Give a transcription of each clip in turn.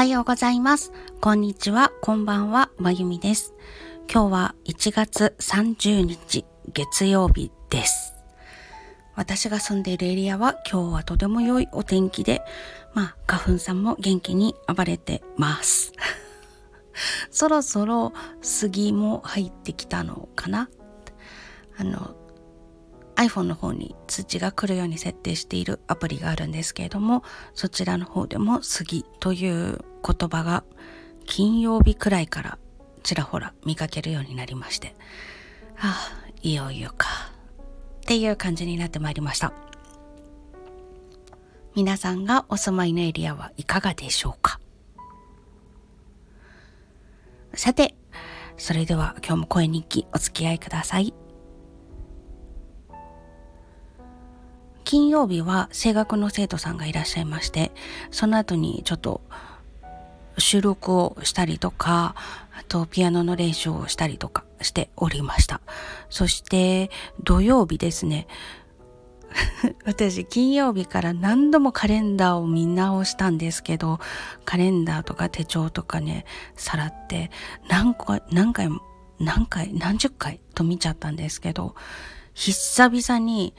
はようございます。こんにちは、こんばんは、まゆみです。今日は1月30日月曜日です。私が住んでいるエリアは今日はとても良いお天気で、花粉さんも元気に暴れてます。そろそろ杉も入ってきたのかな。iPhone の方に通知が来るように設定しているアプリがあるんですけれども、そちらの方でも杉という言葉が金曜日くらいからちらほら見かけるようになりまして、いよいよかっていう感じになってまいりました。皆さんがお住まいのエリアはいかがでしょうか。さて、それでは今日も声日記お付き合いください。金曜日は声楽の生徒さんがいらっしゃいまして、その後にちょっと収録をしたりとか、あとピアノの練習をしたりとかしておりました。そして土曜日ですね。私金曜日から何度もカレンダーを見直したんですけど、カレンダーとか手帳とかね、さらって何十回と見ちゃったんですけど、久々に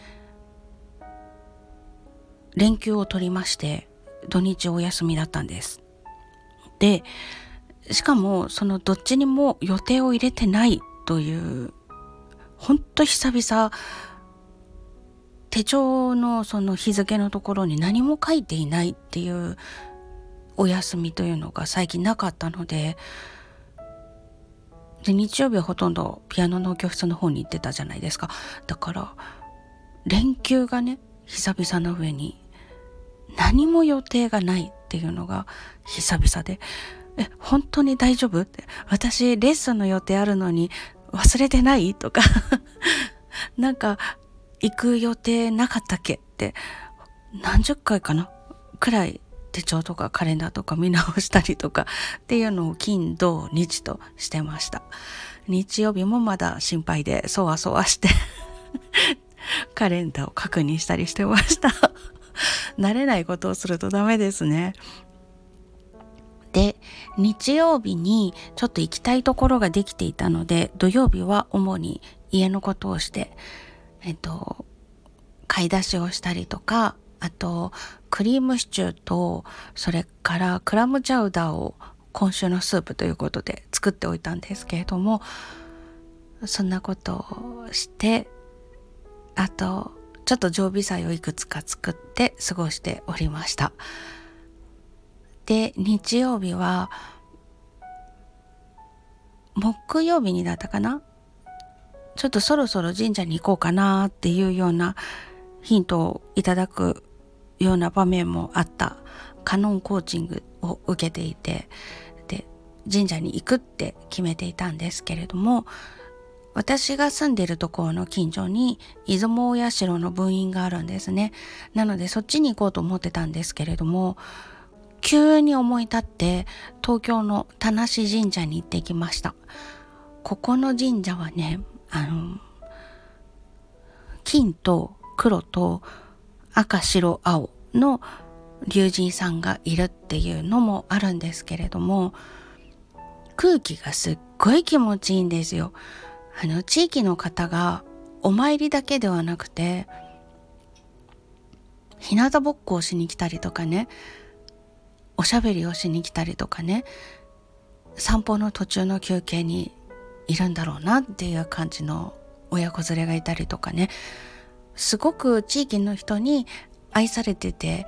連休を取りまして、土日お休みだったんです。で、しかもそのどっちにも予定を入れてないという、ほんと久々、手帳のその日付のところに何も書いていないっていうお休みというのが最近なかったので、日曜日はほとんどピアノの教室の方に行ってたじゃないですか。だから連休がね、久々の上に何も予定がないっていうのが久々で、本当に大丈夫って、私レッスンの予定あるのに忘れてないとかなんか行く予定なかったっけって何十回かなくらい手帳とかカレンダーとか見直したりとかっていうのを金土日としてました。日曜日もまだ心配でそわそわしてカレンダーを確認したりしてました。慣れないことをするとダメですね。で、日曜日にちょっと行きたいところができていたので、土曜日は主に家のことをして、買い出しをしたりとか、あとクリームシチューと、それからクラムチャウダーを今週のスープということで作っておいたんですけれども、そんなことをして、あとちょっと常備菜をいくつか作って過ごしておりました。で、日曜日は木曜日にだったかな、ちょっとそろそろ神社に行こうかなっていうようなヒントをいただくような場面もあったカノンコーチングを受けていて、で、神社に行くって決めていたんですけれども、私が住んでいるところの近所に出雲大社の分院があるんですね。なのでそっちに行こうと思ってたんですけれども、急に思い立って東京の田無神社に行ってきました。ここの神社はね、金と黒と赤白青の龍神さんがいるっていうのもあるんですけれども、空気がすっごい気持ちいいんですよ。地域の方がお参りだけではなくて、日向ぼっこをしに来たりとかね、おしゃべりをしに来たりとかね、散歩の途中の休憩にいるんだろうなっていう感じの親子連れがいたりとかね、すごく地域の人に愛されてて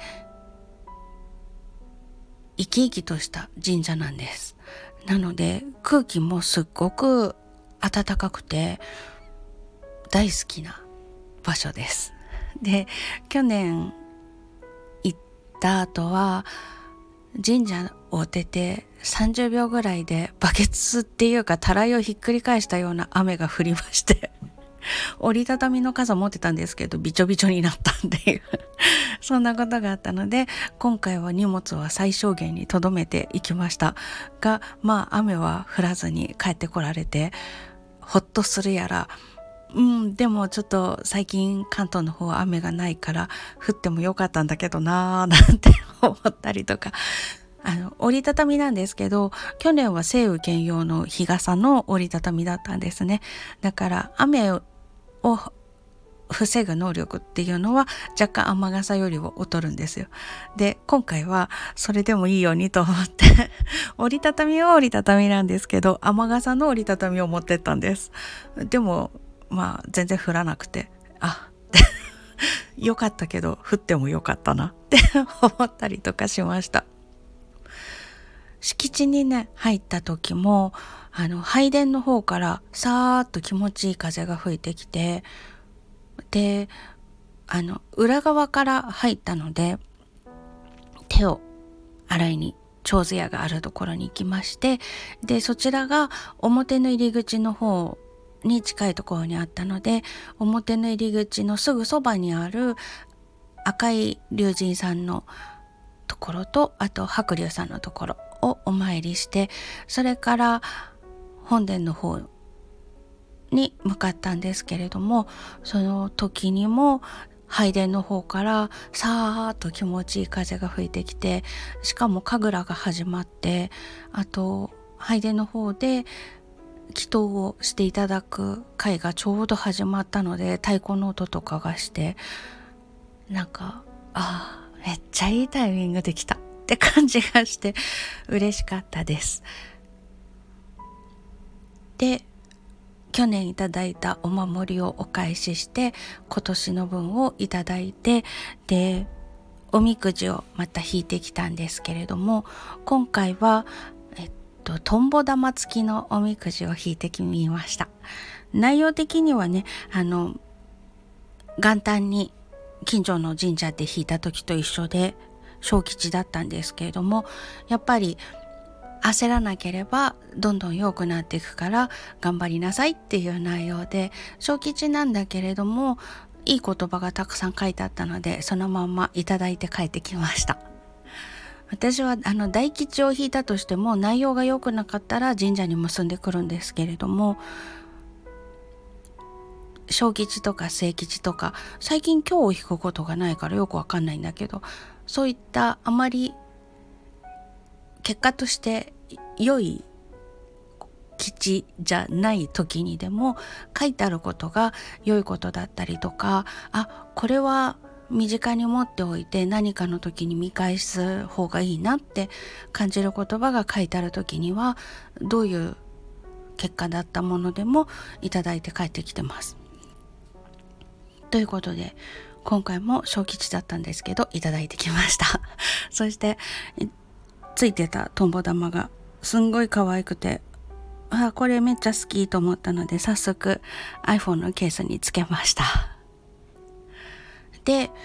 生き生きとした神社なんです。なので空気もすっごく暖かくて大好きな場所です。で、去年行った後は神社を出て30秒ぐらいでバケツっていうかたらいをひっくり返したような雨が降りまして折りたたみの傘持ってたんですけどびちょびちょになったっていうそんなことがあったので、今回は荷物は最小限に留めていきましたが、雨は降らずに帰ってこられてほっとするやら、でもちょっと最近関東の方は雨がないから降ってもよかったんだけどなーなんて思ったりとか、 折りたたみなんですけど、去年は晴雨兼用の日傘の折りたたみだったんですね。だから雨を防ぐ能力っていうのは若干雨傘よりは劣るんですよ。で、今回はそれでもいいようにと思って折りたたみは折りたたみなんですけど、雨傘の折りたたみを持ってったんです。でも全然降らなくて、よかったけど降ってもよかったなって思ったりとかしました。敷地にね入った時も拝殿の方からさーっと気持ちいい風が吹いてきて、で裏側から入ったので手を洗いに手水屋があるところに行きまして、でそちらが表の入り口の方に近いところにあったので、表の入り口のすぐそばにある赤い龍神さんのところと、あと白龍さんのところをお参りして、それから本殿の方に向かったんですけれども、その時にも拝殿の方からさーっと気持ちいい風が吹いてきて、しかも神楽が始まって、あと拝殿の方で祈祷をしていただく会がちょうど始まったので、太鼓の音とかがして、なんかめっちゃいいタイミングできたって感じがして嬉しかったです。で、去年いただいたお守りをお返しして、今年の分をいただいて、でおみくじをまた引いてきたんですけれども、今回はとんぼ玉付きのおみくじを引いてみました。内容的にはね、元旦に近所の神社で引いた時と一緒で小吉だったんですけれども、やっぱり焦らなければどんどん良くなっていくから頑張りなさいっていう内容で、小吉なんだけれどもいい言葉がたくさん書いてあったので、そのまんまいただいて帰ってきました。私は大吉を引いたとしても内容が良くなかったら神社に結んでくるんですけれども、小吉とか末吉とか最近今日を引くことがないからよくわかんないんだけど、そういったあまり結果として良い吉じゃない時にでも書いてあることが良いことだったりとか、これは身近に持っておいて何かの時に見返す方がいいなって感じる言葉が書いてある時には、どういう結果だったものでもいただいて帰ってきてます。ということで今回も小吉だったんですけどいただいてきましたそしてついてたとんぼ玉がすんごい可愛くて、これめっちゃ好きと思ったので早速 iPhone のケースにつけました。で、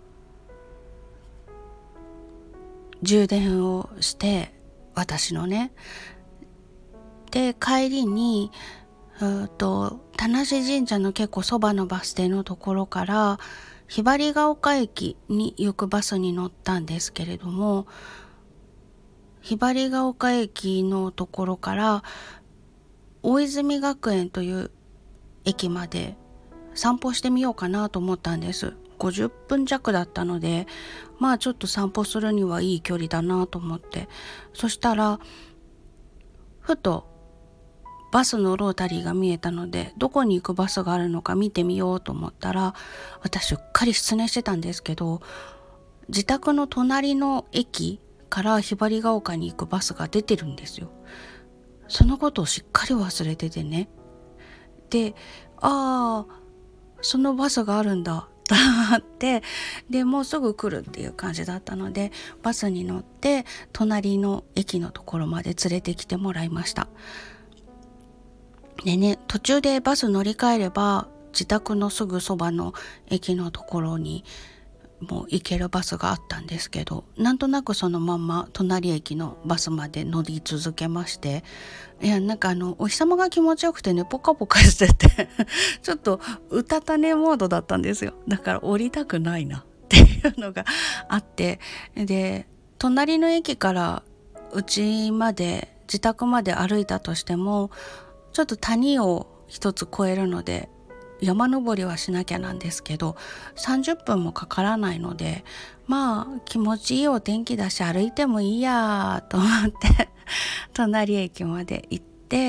充電をして私のね、で帰りに田無神社の結構そばのバス停のところからひばりが丘駅に行くバスに乗ったんですけれども、ひばりが丘駅のところから大泉学園という駅まで散歩してみようかなと思ったんです。50分弱だったので、ちょっと散歩するにはいい距離だなと思って、そしたらふとバスのロータリーが見えたので、どこに行くバスがあるのか見てみようと思ったら、私うっかり失念してたんですけど、自宅の隣の駅からひばりが丘に行くバスが出てるんですよ。そのことをしっかり忘れててね。で、そのバスがあるんだと思って、でもうすぐ来るっていう感じだったので、バスに乗って隣の駅のところまで連れてきてもらいました。でね、途中でバス乗り換えれば自宅のすぐそばの駅のところにもう行けるバスがあったんですけど、なんとなくそのまんま隣駅のバスまで乗り続けまして、お日様が気持ちよくてね、ポカポカしててちょっとうたた寝モードだったんですよ。だから降りたくないなっていうのがあって、で隣の駅からうちまで自宅まで歩いたとしてもちょっと谷を一つ越えるので山登りはしなきゃなんですけど30分もかからないので、まあ気持ちいいお天気だし歩いてもいいやと思って隣駅まで行って、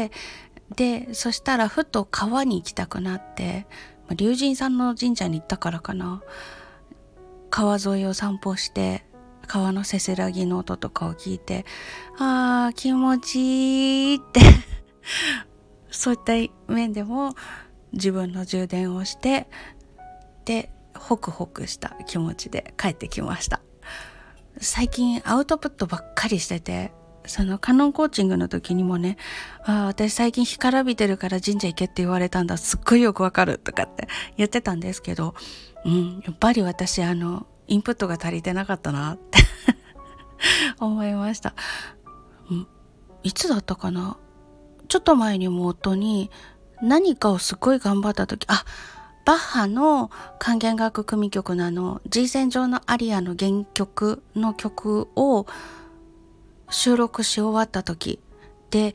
でそしたらふと川に行きたくなって、龍神さんの神社に行ったからかな、川沿いを散歩して川のせせらぎの音とかを聞いて、あー気持ちいいってそういった面でも自分の充電をして、でホクホクした気持ちで帰ってきました。最近アウトプットばっかりしてて、そのカノンコーチングの時にもね、私最近干からびてるから神社行けって言われたんだ、すっごいよくわかるとかって言ってたんですけど、やっぱり私インプットが足りてなかったなって思いました。いつだったかな、ちょっと前にも夫に何かをすごい頑張った時、バッハの管弦楽組曲のG線上のアリアの原曲の曲を収録し終わった時で、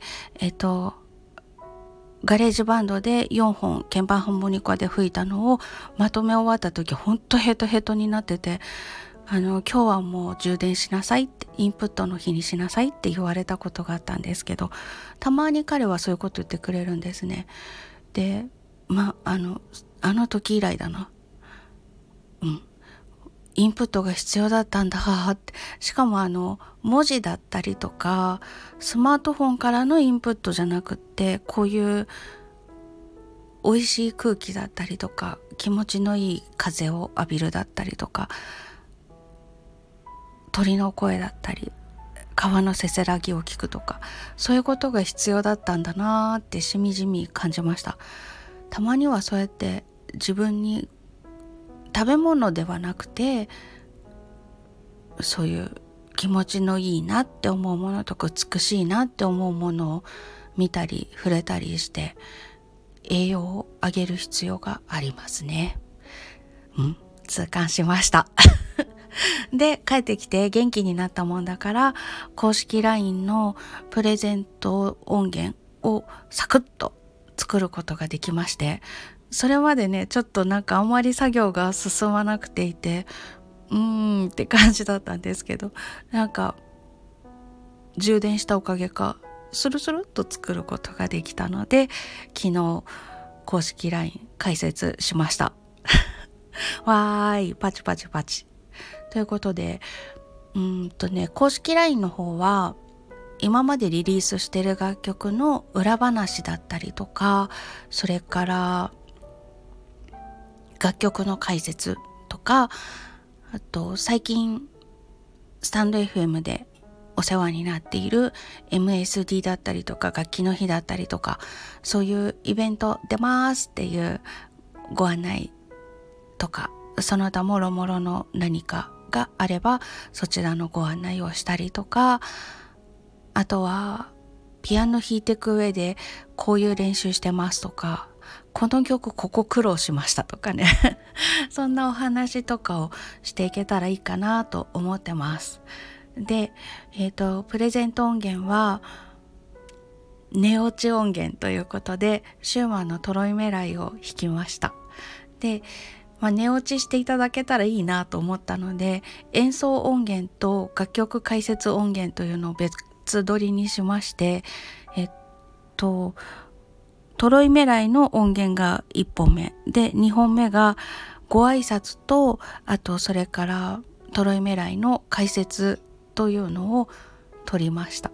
ガレージバンドで4本鍵盤ハーモニカで吹いたのをまとめ終わった時、ほんとヘトヘトになってて、今日はもう充電しなさいって、インプットの日にしなさいって言われたことがあったんですけど、たまに彼はそういうこと言ってくれるんですね。であの時以来だな、インプットが必要だったんだって。しかも文字だったりとかスマートフォンからのインプットじゃなくって、こういう美味しい空気だったりとか気持ちのいい風を浴びるだったりとか鳥の声だったり川のせせらぎを聞くとか、そういうことが必要だったんだなってしみじみ感じました。たまにはそうやって自分に食べ物ではなくて、そういう気持ちのいいなって思うものとか美しいなって思うものを見たり触れたりして栄養を上げる必要がありますね。痛感しましたで帰ってきて元気になったもんだから、公式 LINE のプレゼント音源をサクッと作ることができまして、それまでねちょっとあんまり作業が進まなくていてって感じだったんですけど、充電したおかげかスルスルっと作ることができたので、昨日公式 LINE 開設しましたわーいパチパチパチということで、公式 LINE の方は今までリリースしてる楽曲の裏話だったりとか、それから楽曲の解説とか、あと最近スタンド FM でお世話になっている MSD だったりとか楽器の日だったりとか、そういうイベント出ますっていうご案内とか、その他もろもろの何かがあればそちらのご案内をしたりとか、あとはピアノ弾いていく上でこういう練習してますとか、この曲ここ苦労しましたとかねそんなお話とかをしていけたらいいかなと思ってます。で、プレゼント音源は寝落ち音源ということでシューマンのトロイメライを弾きました。で、寝落ちしていただけたらいいなと思ったので、演奏音源と楽曲解説音源というのを別撮りにしまして、トロイメライの音源が1本目で、2本目がご挨拶と、あとそれからトロイメライの解説というのを撮りました。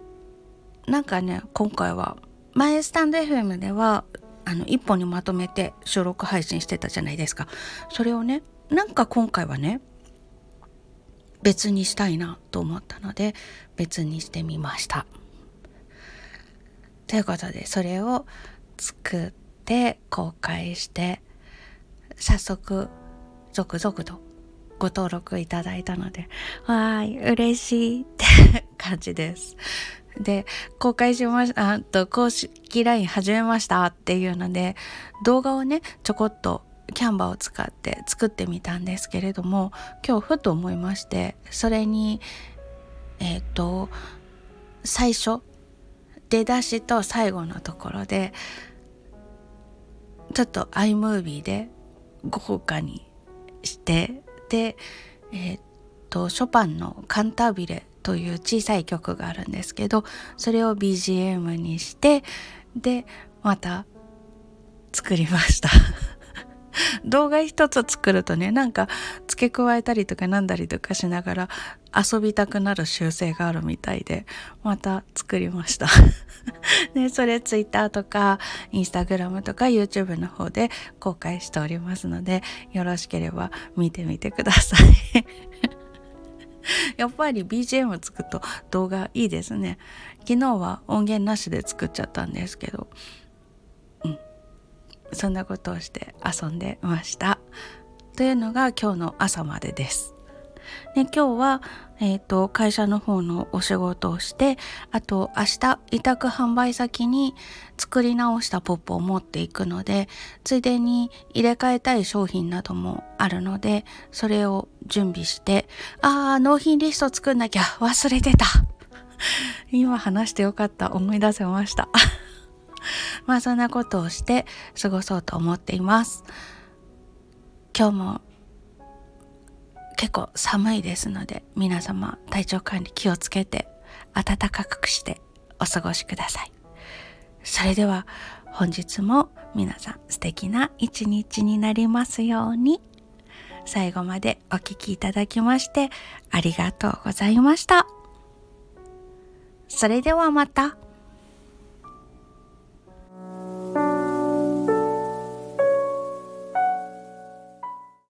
今回は前スタンド FM では1本にまとめて収録配信してたじゃないですか。それをね、今回はね別にしたいなと思ったので別にしてみました。ということでそれを作って公開して、早速続々とご登録いただいたので、わーい嬉しいって感じです。で、公開しました公式 LINE 始めましたっていうので動画をねちょこっとキャンバを使って作ってみたんですけれども、今日ふと思いまして、それに最初出だしと最後のところでちょっと iMovie で豪華にして、でショパンのカンタービレという小さい曲があるんですけど、それを BGM にして、でまた作りました動画一つ作るとね、なんか付け加えたりとかなんだりとかしながら遊びたくなる習性があるみたいで、また作りましたでそれ Twitter とか Instagram とか YouTube の方で公開しておりますので、よろしければ見てみてくださいやっぱり BGM つくと動画いいですね。昨日は音源なしで作っちゃったんですけど、そんなことをして遊んでましたというのが今日の朝までです。で今日は、会社の方のお仕事をして、あと明日委託販売先に作り直したポップを持っていくので、ついでに入れ替えたい商品などもあるので、それを準備して、納品リスト作んなきゃ、忘れてた今話してよかった、思い出せましたまあそんなことをして過ごそうと思っています。今日も結構寒いですので、皆様体調管理気をつけて暖かくしてお過ごしください。それでは本日も皆さん素敵な一日になりますように。最後までお聞きいただきましてありがとうございました。それではまた。